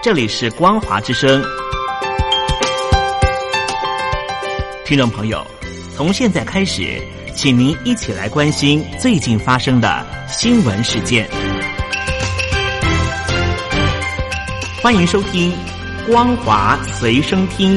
这里是光华之声。听众朋友，从现在开始，请您一起来关心最近发生的新闻事件。欢迎收听光华随声听。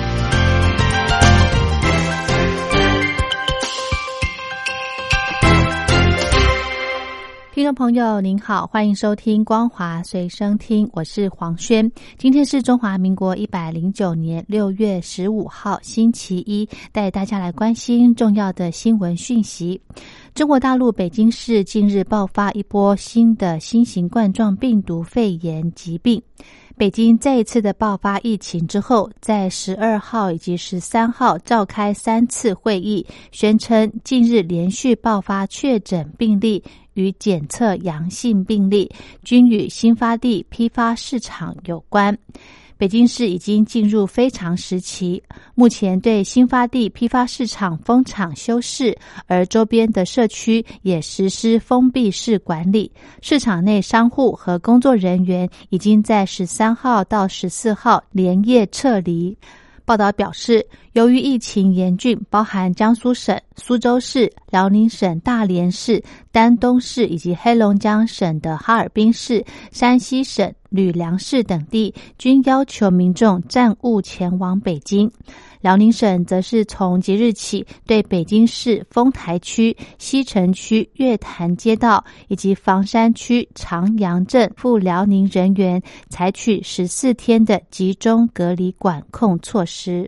听众朋友您好，欢迎收听光华随声听，我是黄轩。今天是中华民国109年6月15号星期一，带大家来关心重要的新闻讯息。中国大陆北京市近日爆发一波新的新型冠状病毒肺炎疾病。北京再一次的爆发疫情之后，在12号以及13号召开3次会议，宣称近日连续爆发确诊病例与检测阳性病例均与新发地批发市场有关。北京市已经进入非常时期，目前对新发地批发市场封场休市，而周边的社区也实施封闭式管理。市场内商户和工作人员已经在13号到14号连夜撤离。报道表示，由于疫情严峻，包含江苏省、苏州市、辽宁省大连市、丹东市以及黑龙江省的哈尔滨市、山西省、吕梁市等地均要求民众暂勿前往北京。辽宁省则是从即日起对北京市丰台区、西城区月坛街道以及房山区长阳镇赴辽宁人员采取14天的集中隔离管控措施。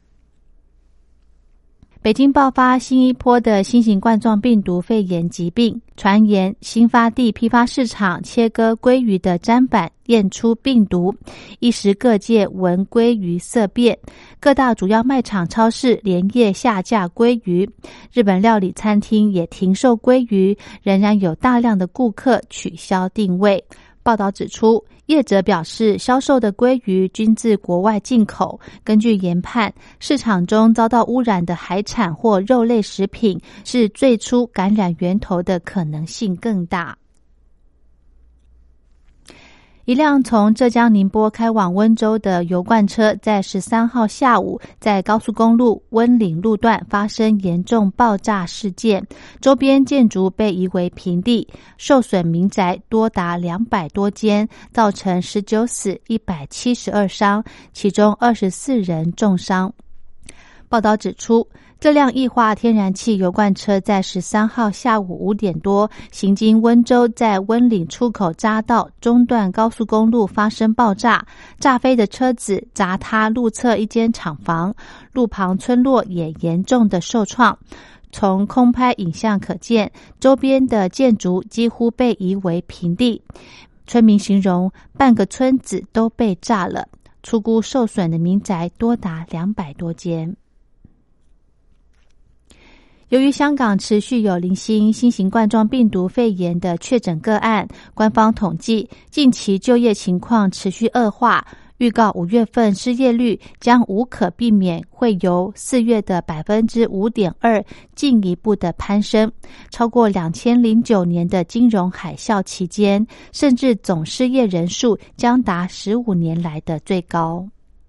北京爆发新一波的新型冠状病毒肺炎疾病，传言新发地批发市场切割鲑鱼的砧板验出病毒，一时各界闻鲑鱼色变，各大主要卖场超市连夜下架鲑鱼，日本料理餐厅也停售鲑鱼，仍然有大量的顾客取消订位。报道指出，业者表示销售的鲑鱼均自国外进口，根据研判，市场中遭到污染的海产或肉类食品是最初感染源头的可能性更大。一辆从浙江宁波开往温州的油罐车在13号下午在高速公路温岭路段发生严重爆炸事件，周边建筑被夷为平地，受损民宅多达200多间，造成19死172伤，其中24人重伤。报道指出，这辆液化天然气油罐车在13号下午5点多行经温州，在温岭出口匝道中段高速公路发生爆炸，炸飞的车子砸塌路侧一间厂房，路旁村落也严重的受创。从空拍影像可见，周边的建筑几乎被夷为平地，村民形容半个村子都被炸了，初估受损的民宅多达200多间。由于香港持续有零星新型冠状病毒肺炎的确诊个案，官方统计近期就业情况持续恶化，预告5月份失业率将无可避免会由4月的 5.2% 进一步的攀升，超过2009年的金融海啸期间，甚至总失业人数将达15年来的最高。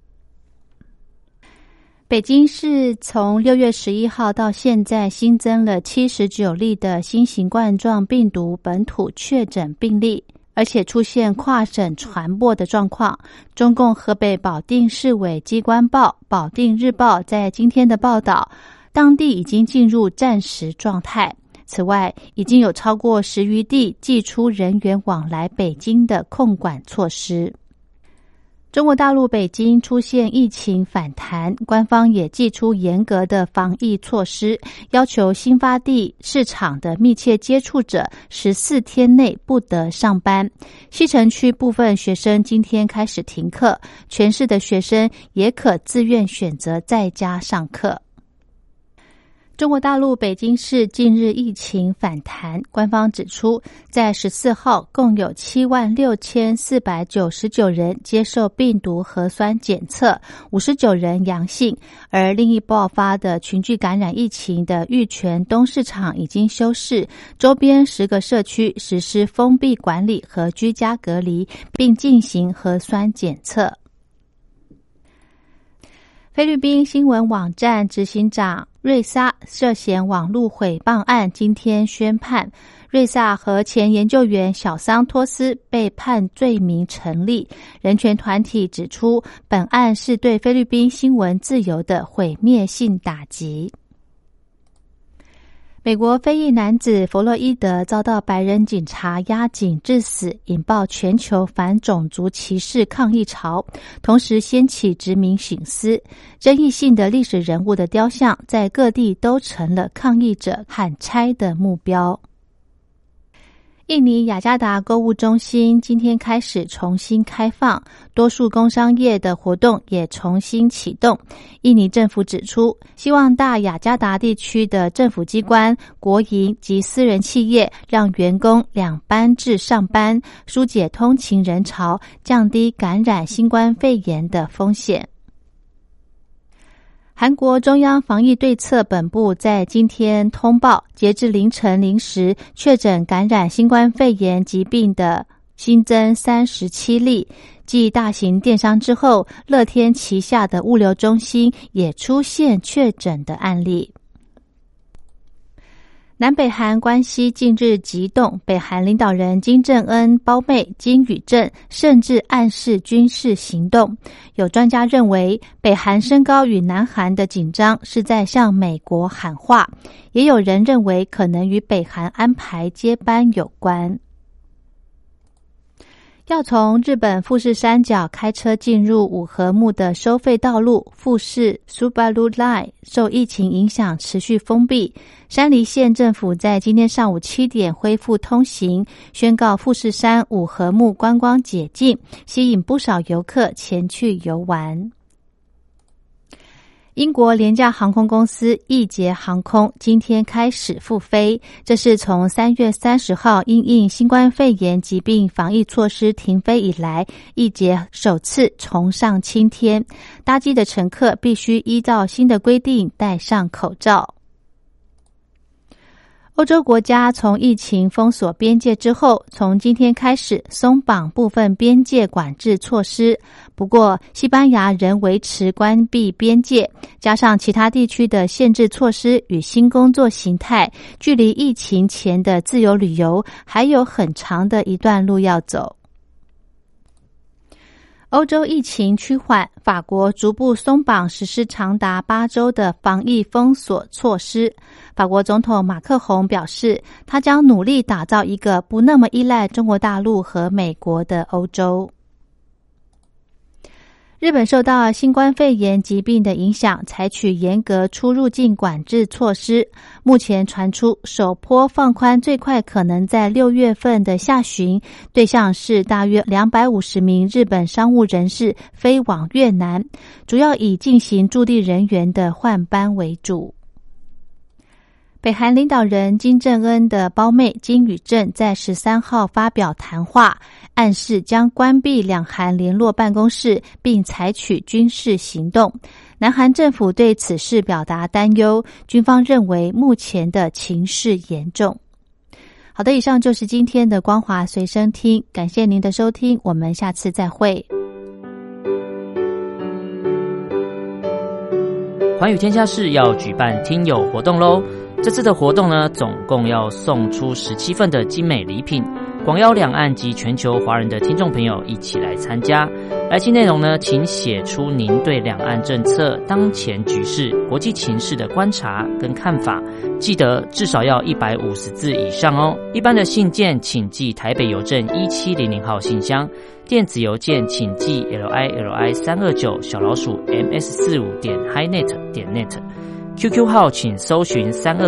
北京市从6月11号到现在新增了79例的新型冠状病毒本土确诊病例，而且出现跨省传播的状况。中共河北保定市委机关报、保定日报在今天的报道，当地已经进入战时状态。此外，已经有超过10余地祭出人员往来北京的控管措施。中国大陆北京出现疫情反弹，官方也祭出严格的防疫措施，要求新发地市场的密切接触者14天内不得上班。西城区部分学生今天开始停课，全市的学生也可自愿选择在家上课。 中国大陆北京市近日疫情反弹，官方指出，在14号共有76499人接受病毒核酸检测，59人阳性，而另一爆发的群聚感染疫情的玉泉东市场已经休市，周边10个社区实施封闭管理和居家隔离，并进行核酸检测。菲律宾新闻网站执行长瑞萨涉嫌网络诽谤案今天宣判，瑞萨和前研究员小桑托斯被判罪名成立。人权团体指出，本案是对菲律宾新闻自由的毁灭性打击。美国非裔男子弗洛伊德遭到白人警察压颈致死，引爆全球反种族歧视抗议潮，同时掀起殖民醒思。争议性的历史人物的雕像在各地都成了抗议者喊拆的目标。印尼雅加达购物中心今天开始重新开放，多数工商业的活动也重新启动。印尼政府指出，希望大雅加达地区的政府机关、国营及私人企业让员工2班制上班，疏解通勤人潮，降低感染新冠肺炎的风险。韩国中央防疫对策本部在今天通报，截至凌晨0时，确诊感染新冠肺炎疾病的新增37例。继大型电商之后，乐天旗下的物流中心也出现确诊的案例。南北韩关系近日急动，北韩领导人金正恩胞妹金宇镇甚至暗示军事行动。有专家认为，北韩升高与南韩的紧张是在向美国喊话，也有人认为可能与北韩安排接班有关。要从日本富士山脚开车进入五合目的收费道路富士 Subaru Line 受疫情影响持续封闭，山梨县政府在今天上午7点恢复通行，宣告富士山五合目观光解禁，吸引不少游客前去游玩。英国廉价航空公司易捷航空今天开始复飞，这是从3月30号因应新冠肺炎疾病防疫措施停飞以来，易捷首次重上青天。搭机的乘客必须依照新的规定戴上口罩。欧洲国家从疫情封锁边界之后，从今天开始松绑部分边界管制措施。不过，西班牙仍维持关闭边界，加上其他地区的限制措施与新工作形态，距离疫情前的自由旅游还有很长的一段路要走。欧洲疫情趋缓，法国逐步松绑实施长达8周的防疫封锁措施。法国总统马克宏表示，他将努力打造一个不那么依赖中国大陆和美国的欧洲。日本受到新冠肺炎疾病的影响，采取严格出入境管制措施。目前传出首波放宽最快可能在6月份的下旬，对象是大约250名日本商务人士飞往越南，主要以进行驻地人员的换班为主。北韩领导人金正恩的胞妹金宇镇在13号发表谈话，暗示将关闭两韩联络办公室并采取军事行动。南韩政府对此事表达担忧，军方认为目前的情势严重。好的，以上就是今天的光华随身听，感谢您的收听，我们下次再会。 寰宇天下室要举办听友活动咯，这次的活动呢，总共要送出17份的精美礼品，广邀两岸及全球华人的听众朋友一起来参加。来信内容呢，请写出您对两岸政策、当前局势、国际情势的观察跟看法，记得至少要150字以上哦。一般的信件请寄台北邮政1700号信箱，电子邮件请寄 LILI329 小老鼠 ms45.highnet.net。QQ 号请搜寻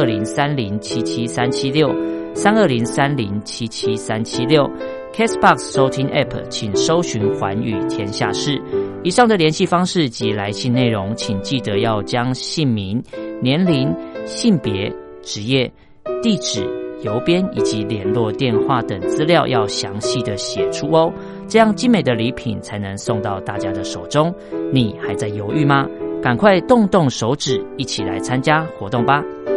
3203077376，3203077376。Castbox 收听 App 请搜寻寰宇天下事。以上的联系方式及来信内容，请记得要将姓名、年龄、 性别、职业、地址、邮编以及联络电话等资料要详细的写出哦，这样精美的礼品才能送到大家的手中。你还在犹豫吗？赶快动动手指，一起来参加活动吧！